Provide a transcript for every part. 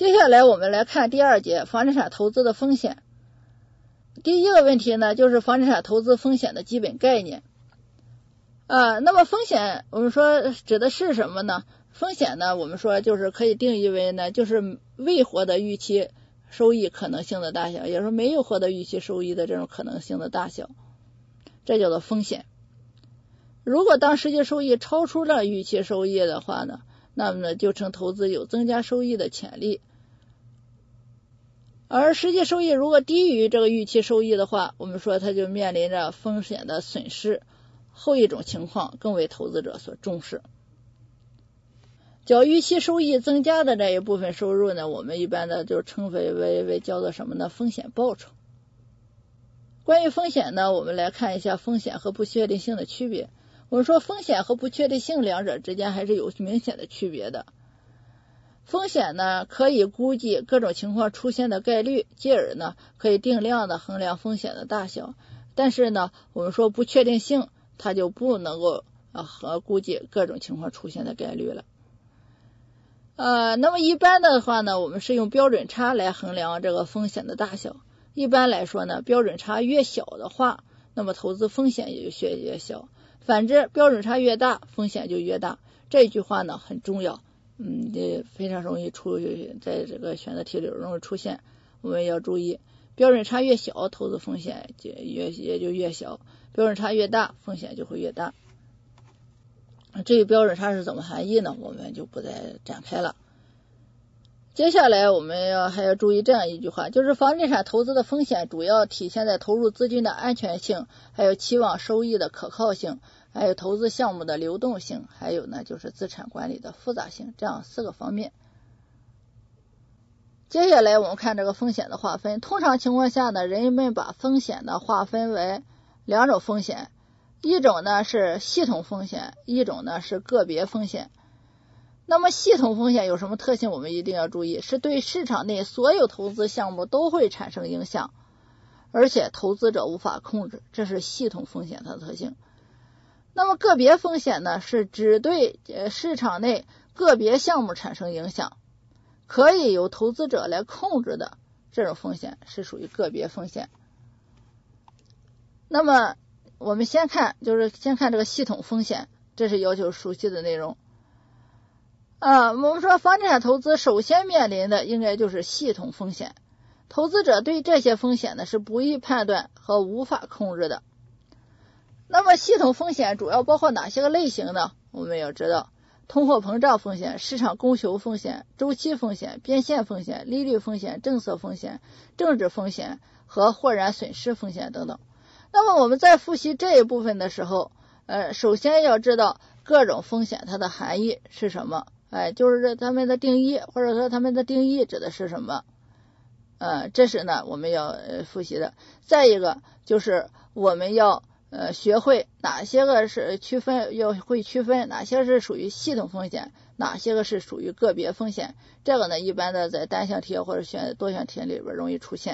接下来我们来看第二节房地产投资的风险。第一个问题呢，就是房地产投资风险的基本概念。那么风险我们说指的是什么呢？风险呢，我们说就是可以定义为呢，就是未获得预期收益可能性的大小，也就是没有获得预期收益的这种可能性的大小，这叫做风险。如果当实际收益超出了预期收益的话呢，那么呢就称投资有增加收益的潜力。而实际收益如果低于这个预期收益的话，我们说它就面临着风险的损失，后一种情况更为投资者所重视。较预期收益增加的这一部分收入呢，我们一般的就称为叫做什么呢？风险报酬。关于风险呢，我们来看一下风险和不确定性的区别。我们说风险和不确定性两者之间还是有明显的区别的。风险呢，可以估计各种情况出现的概率，继而呢可以定量的衡量风险的大小。但是呢，我们说不确定性，它就不能够估计各种情况出现的概率了。那么一般的话呢，我们是用标准差来衡量这个风险的大小。一般来说呢，标准差越小的话，那么投资风险也就越小。反之，标准差越大，风险就越大。这句话呢很重要，也非常容易在这个选择题里容易出现。我们要注意，标准差越小，投资风险也就越小；标准差越大，风险就会越大。至于标准差是怎么含义呢，我们就不再展开了。接下来我们还要注意这样一句话，就是房地产投资的风险主要体现在投入资金的安全性，还有期望收益的可靠性，还有投资项目的流动性，还有呢就是资产管理的复杂性，这样4个方面。接下来我们看这个风险的划分。通常情况下呢，人们把风险呢划分为2种风险，一种呢是系统风险，一种呢是个别风险。那么系统风险有什么特性？我们一定要注意，是对市场内所有投资项目都会产生影响，而且投资者无法控制，这是系统风险的特性。那么个别风险呢，是只对市场内个别项目产生影响，可以由投资者来控制的，这种风险是属于个别风险。那么我们先看这个系统风险，这是要求熟悉的内容。我们说房地产投资首先面临的应该就是系统风险，投资者对这些风险呢是不易判断和无法控制的。那么系统风险主要包括哪些个类型呢？我们要知道，通货膨胀风险、市场供求风险、周期风险、变现风险、利率风险、政策风险、政治风险和豁然损失风险等等。那么我们在复习这一部分的时候，首先要知道各种风险它的含义是什么，就是它们的定义，或者说它们的定义指的是什么，这是呢我们要复习的。再一个就是我们要学会哪些个是要会区分哪些是属于系统风险，哪些个是属于个别风险。这个呢一般的在单项题或者多项题里边容易出现。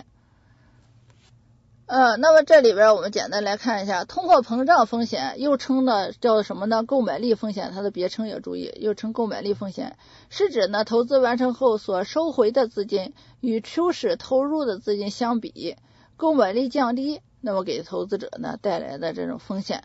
那么这里边我们简单来看一下，通货膨胀风险又称呢叫什么呢？购买力风险，它的别称要注意，又称购买力风险，是指呢投资完成后所收回的资金与初始投入的资金相比，购买力降低，那么给投资者呢带来的这种风险。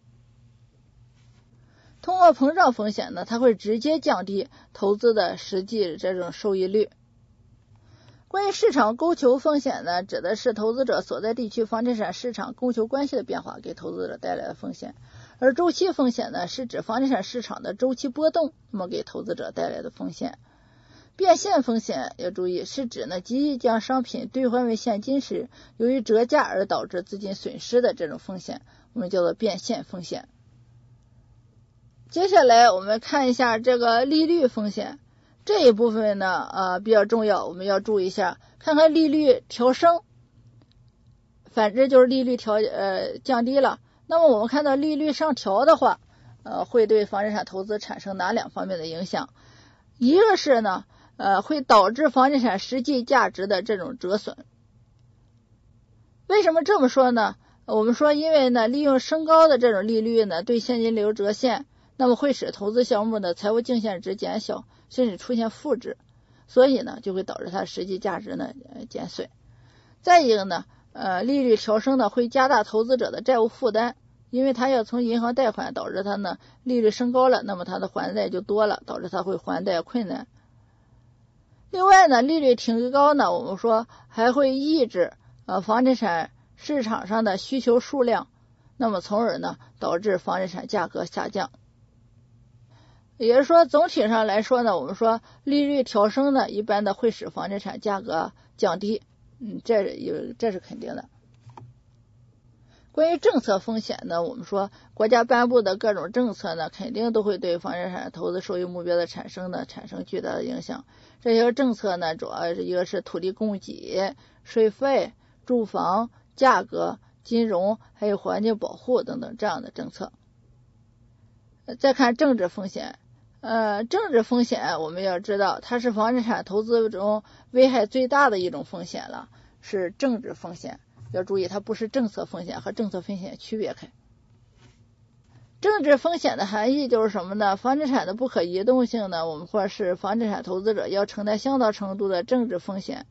通货膨胀风险呢，它会直接降低投资的实际这种收益率。关于市场供求风险呢，指的是投资者所在地区房地产市场供求关系的变化给投资者带来的风险。而周期风险呢，是指房地产市场的周期波动，那么给投资者带来的风险。变现风险要注意，是指呢即将商品兑换为现金时，由于折价而导致资金损失的这种风险，我们叫做变现风险。接下来我们看一下这个利率风险。这一部分呢比较重要，我们要注意一下，看看利率调升，反之就是利率降低了。那么我们看到利率上调的话，会对房地产投资产生哪2方面的影响？一个是呢会导致房地产实际价值的这种折损。为什么这么说呢？我们说因为呢利用升高的这种利率呢对现金流折现，那么会使投资项目的财务净现值减小，甚至出现负值。 所以呢就会导致它实际价值呢减损。再一个呢利率调升呢会加大投资者的债务负担，因为他要从银行贷款，导致他呢利率升高了，那么他的还贷就多了，导致他会还贷困难。另外呢利率挺高呢，我们说还会抑制房地产市场上的需求数量，那么从而呢导致房地产价格下降。也就是说总体上来说呢，我们说利率调升呢一般的会使房地产价格降低，这是肯定的。关于政策风险呢，我们说国家颁布的各种政策呢肯定都会对房地产投资收益目标的产生巨大的影响。这些政策呢主要是一个是土地供给、税费、住房、价格、金融还有环境保护等等这样的政策。再看政治风险，政治风险我们要知道它是房地产投资中危害最大的一种风险了，是政治风险。要注意它不是政策风险，和政策风险区别开。政治风险的含义就是什么呢？房地产的不可移动性呢，我们说是房地产投资者要承担相当程度的政治风险。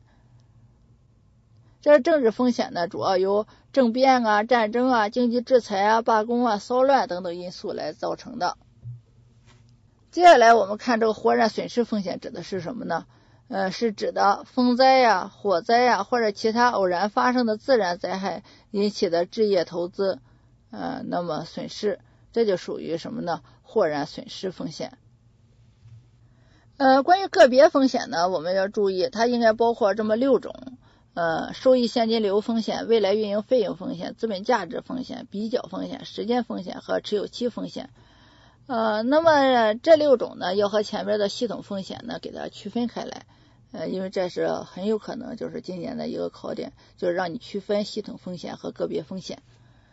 这政治风险呢主要由政变啊、战争啊、经济制裁啊、罢工啊、骚乱等等因素来造成的。接下来我们看这个火燃损失风险指的是什么呢？是指的风灾呀、火灾呀或者其他偶然发生的自然灾害引起的置业投资那么损失，这就属于什么呢？火燃损失风险。关于个别风险呢，我们要注意它应该包括这么6种，收益现金流风险、未来运营费用风险、资本价值风险、比较风险、时间风险和持有期风险。那么这6种呢要和前面的系统风险呢给它区分开来，因为这是很有可能就是今年的一个考点，就是让你区分系统风险和个别风险。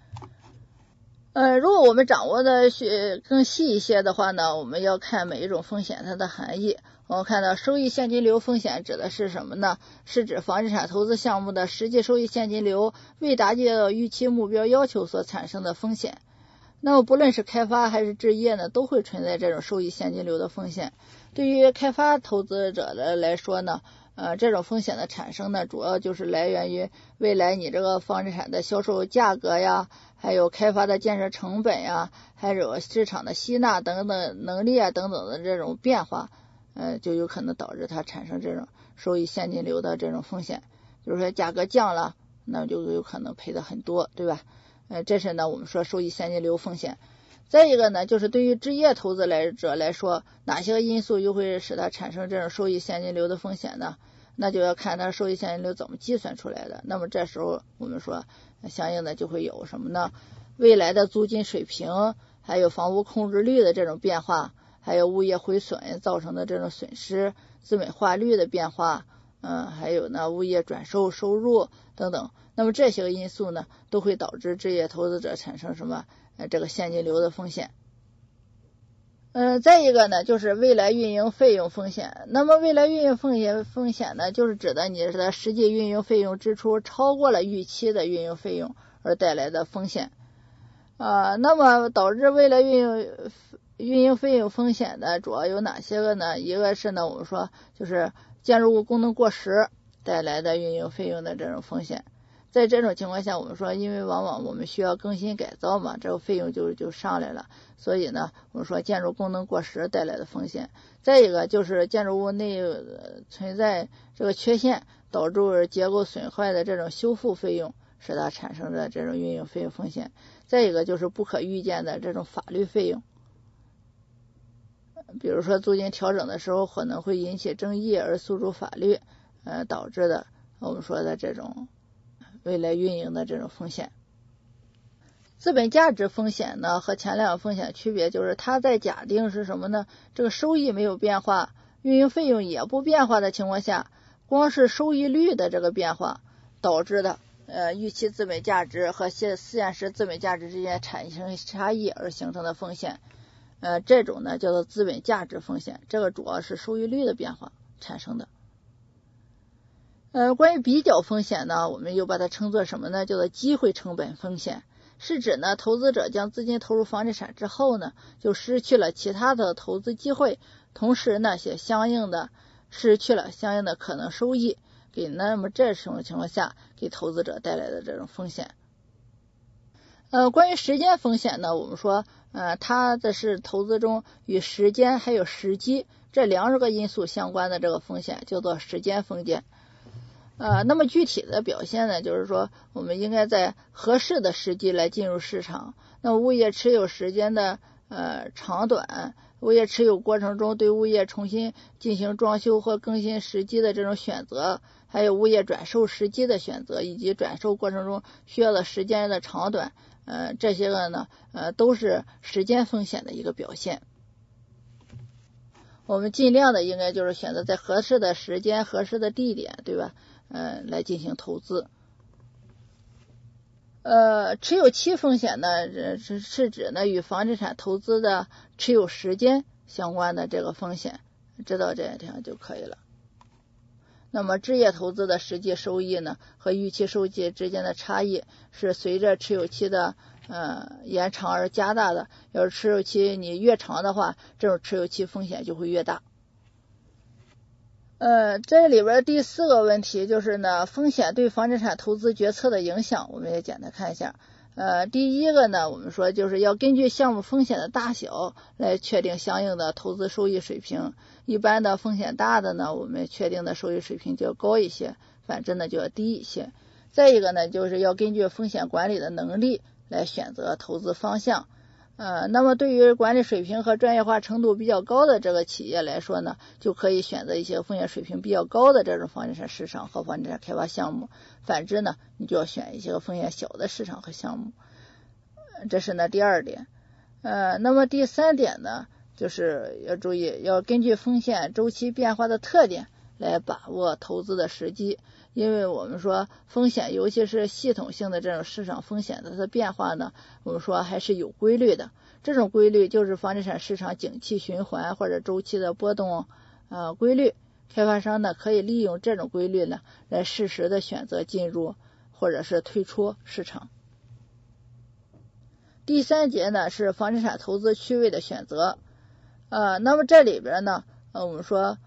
如果我们掌握的更细一些的话呢，我们要看每一种风险它的含义。我们看到收益现金流风险指的是什么呢？是指房地产投资项目的实际收益现金流未达到预期目标要求所产生的风险。那么不论是开发还是置业呢，都会存在这种收益现金流的风险。对于开发投资者来说呢，这种风险的产生呢，主要就是来源于未来你这个房地产的销售价格呀，还有开发的建设成本呀，还有市场的吸纳等等能力啊等等的这种变化，就有可能导致它产生这种收益现金流的这种风险。比如说价格降了，那就有可能赔的很多，对吧？这是呢我们说收益现金流风险。再一个呢，就是对于置业投资者来说，哪些因素又会使它产生这种收益现金流的风险呢？那就要看它收益现金流怎么计算出来的。那么这时候我们说相应的就会有什么呢？未来的租金水平，还有房屋控制率的这种变化，还有物业毁损造成的这种损失，资本化率的变化，还有呢物业转售收入等等。那么这些因素呢都会导致置业投资者产生什么这个现金流的风险。再一个呢就是未来运营费用风险。那么未来运营风险呢，就是指的你的实际运营费用支出超过了预期的运营费用而带来的风险。那么导致未来运营费用风险的主要有哪些个呢？一个是呢我们说就是建筑物功能过时带来的运营费用的这种风险。在这种情况下，我们说因为往往我们需要更新改造嘛，这个费用就上来了，所以呢我们说建筑功能过时带来的风险。再一个就是建筑物内存在这个缺陷导致结构损坏的这种修复费用，使它产生的这种运营费用风险。再一个就是不可预见的这种法律费用，比如说租金调整的时候可能会引起争议而诉诸法律导致的我们说的这种未来运营的这种风险。资本价值风险呢和前两个风险区别就是它在假定是什么呢？这个收益没有变化，运营费用也不变化的情况下，光是收益率的这个变化导致的预期资本价值和现实资本价值之间产生差异而形成的风险。这种呢叫做资本价值风险，这个主要是收益率的变化产生的。关于比较风险呢，我们又把它称作什么呢？叫做机会成本风险，是指呢投资者将资金投入房地产之后呢，就失去了其他的投资机会，同时呢也相应的失去了相应的可能收益，那么这种情况下给投资者带来的这种风险。关于时间风险呢，我们说它这是投资中与时间还有时机这2个因素相关的这个风险，叫做时间风险。那么具体的表现呢，就是说我们应该在合适的时机来进入市场。那么物业持有时间的长短，物业持有过程中对物业重新进行装修或更新时机的这种选择，还有物业转售时机的选择，以及转售过程中需要的时间的长短，这些个呢都是时间风险的一个表现。我们尽量的应该就是选择在合适的时间、合适的地点，对吧？来进行投资。持有期风险呢，是指呢与房地产投资的持有时间相关的这个风险，知道这样就可以了。那么置业投资的实际收益呢和预期收益之间的差异是随着持有期的延长而加大的。要是持有期你越长的话，这种持有期风险就会越大。这里边第4个问题就是呢，风险对房地产投资决策的影响，我们也简单看一下。第一个呢，我们说就是要根据项目风险的大小来确定相应的投资收益水平。一般的风险大的呢，我们确定的收益水平就要高一些，反之呢就要低一些。再一个呢，就是要根据风险管理的能力来选择投资方向。那么对于管理水平和专业化程度比较高的这个企业来说呢，就可以选择一些风险水平比较高的这种房地产市场和房地产开发项目。反之呢，你就要选一些个风险小的市场和项目。这是呢第2点。那么第3点呢，就是要注意，要根据风险周期变化的特点来把握投资的时机。因为我们说风险，尤其是系统性的这种市场风险的变化呢，我们说还是有规律的。这种规律就是房地产市场景气循环或者周期的波动规律。开发商呢可以利用这种规律呢来适时的选择进入或者是退出市场。第3节呢是房地产投资区位的选择。那么这里边呢我们说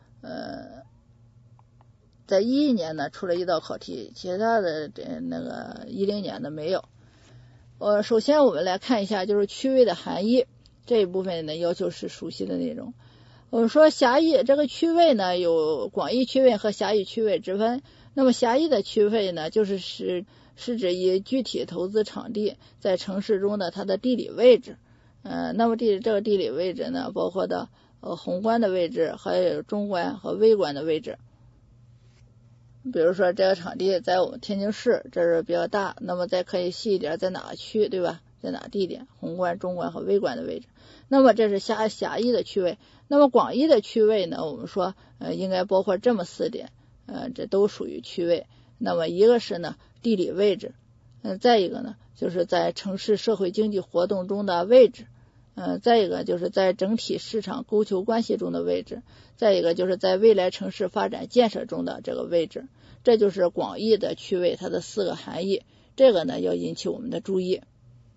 在11年呢出了一道考题，其他的那个10年的没有。首先我们来看一下就是区位的含义，这一部分呢要求是熟悉的内容。我们说狭义这个区位呢有广义区位和狭义区位之分。那么狭义的区位呢是指以具体投资场地在城市中的它的地理位置。那么这个地理位置呢包括的宏观的位置，还有中观和微观的位置。比如说这个场地在我们天津市，这是比较大，那么再可以细一点，在哪个区，对吧？在哪个地点，宏观、中观和微观的位置。那么这是狭义的区位。那么广义的区位呢，我们说应该包括这么4点，这都属于区位。那么一个是呢地理位置，再一个呢就是在城市社会经济活动中的位置，再一个就是在整体市场供求关系中的位置，再一个就是在未来城市发展建设中的这个位置。这就是广义的区位它的4个含义，这个呢要引起我们的注意。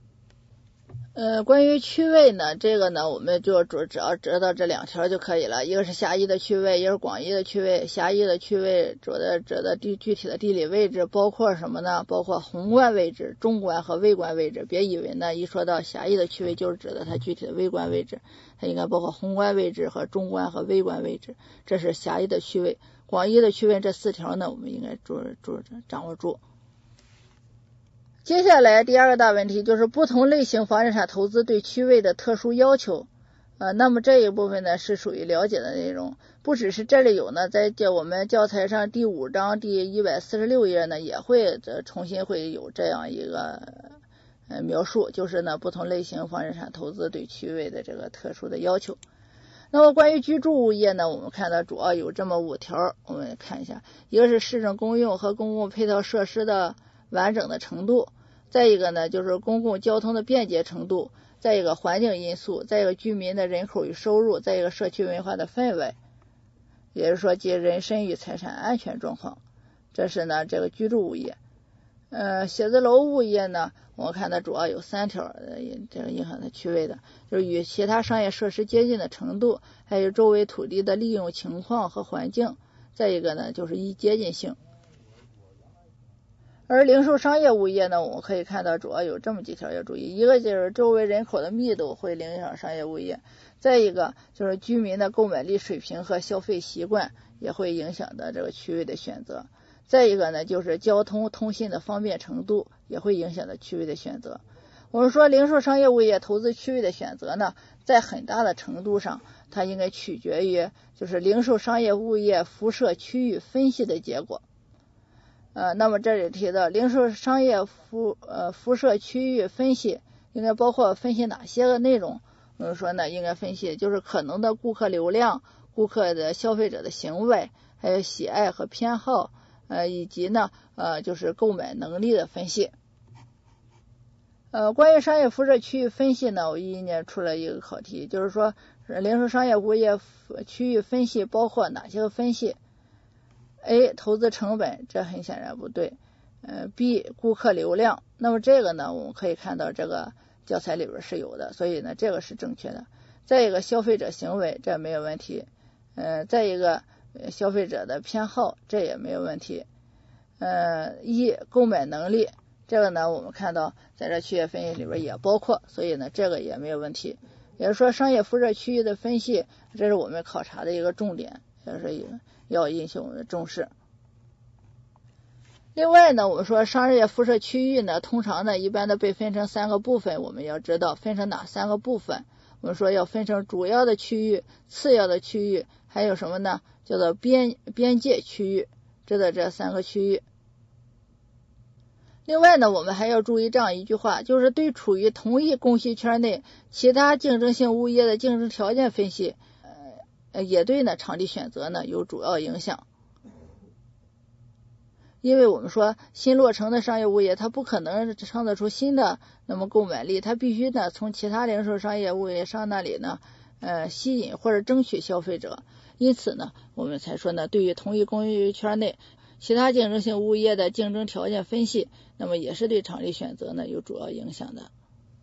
关于区位呢，这个呢我们就只要知道这2条就可以了。一个是狭义的区位，一个是广义的区位。狭义的区位指的具体的地理位置包括什么呢？包括宏观位置、中观和微观位置。别以为呢一说到狭义的区位就是指的它具体的微观位置，它应该包括宏观位置和中观和微观位置。这是狭义的区位。广义的区位这4条呢我们应该掌握住。接下来第2个大问题就是不同类型房地产投资对区位的特殊要求。那么这一部分呢是属于了解的内容，不只是这里有呢，在我们教材上第5章第146页呢也会重新会有这样一个描述，就是呢不同类型房地产投资对区位的这个特殊的要求。那么关于居住物业呢，我们看到主要有这么5条，我们看一下。一个是市政公用和公共配套设施的完整的程度，再一个呢就是公共交通的便捷程度，再一个环境因素，再一个居民的人口与收入，再一个社区文化的氛围，也就是说即人身与财产安全状况。这是呢这个居住物业。 写字楼物业呢，我们看它主要有3条，这个影响它区位的，就是与其他商业设施接近的程度，还有周围土地的利用情况和环境，再一个呢就是接近性。而零售商业物业呢，我们可以看到主要有这么几条要注意，一个就是周围人口的密度会影响商业物业，再一个就是居民的购买力水平和消费习惯也会影响的这个区位的选择，再一个呢就是交通通信的方便程度也会影响的区位的选择。我们说零售商业物业投资区位的选择呢，在很大的程度上它应该取决于就是零售商业物业辐射区域分析的结果。那么这里提到零售商业辐射区域分析应该包括分析哪些个内容？我们说呢，应该分析就是可能的顾客流量、顾客的消费者的行为，还有喜爱和偏好，以及呢就是购买能力的分析。关于商业辐射区域分析呢，我2011年出了一个考题，就是说零售商业物业区域分析包括哪些个分析？A. 投资成本，这很显然不对。B. 顾客流量，那么这个呢，我们可以看到这个教材里边是有的，所以呢，这个是正确的。再一个消费者行为，这没有问题。再一个消费者的偏好，这也没有问题。一购买能力，这个呢，我们看到在这区域分析里边也包括，所以呢，这个也没有问题。也就是说，商业辐射区域的分析，这是我们考察的一个重点，就是要引起我们的重视。另外呢，我们说商业辐射区域呢，通常呢一般的被分成3个部分，我们要知道分成哪3个部分。我们说要分成主要的区域、次要的区域，还有什么呢？叫做边界区域，知道这3个区域。另外呢，我们还要注意这样一句话，就是对处于同一供需圈内其他竞争性物业的竞争条件分析，也对呢场地选择呢有主要影响。因为我们说新落成的商业物业它不可能创造出新的那么购买力，它必须呢从其他零售商业物业商那里呢吸引或者争取消费者，因此呢我们才说呢，对于同一供需圈内其他竞争性物业的竞争条件分析，那么也是对场地选择呢有主要影响的。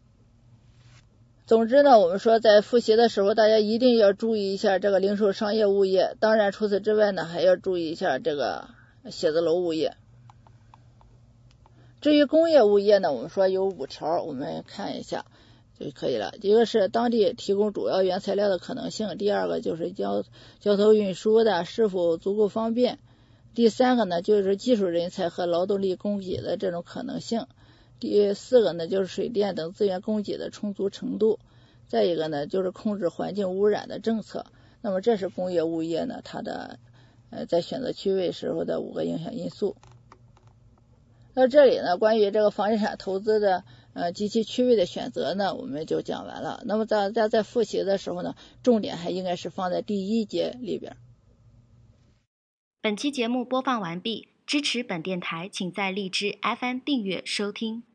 总之呢，我们说在复习的时候，大家一定要注意一下这个零售商业物业，当然除此之外呢，还要注意一下这个写字楼物业。至于工业物业呢，我们说有5条，我们看一下就可以了。一个是当地提供主要原材料的可能性，第二个就是交通运输的是否足够方便，第3个呢就是技术人才和劳动力供给的这种可能性，第4个呢就是水电等资源供给的充足程度，再一个呢就是控制环境污染的政策。那么这是工业物业呢它的在选择区位时候的5个影响因素。那这里呢，关于这个房地产投资的及其区位的选择呢，我们就讲完了。那么大家在复习的时候呢，重点还应该是放在第1节里边。 本期节目播放完毕，支持本电台，请在荔枝 FM 订阅收听。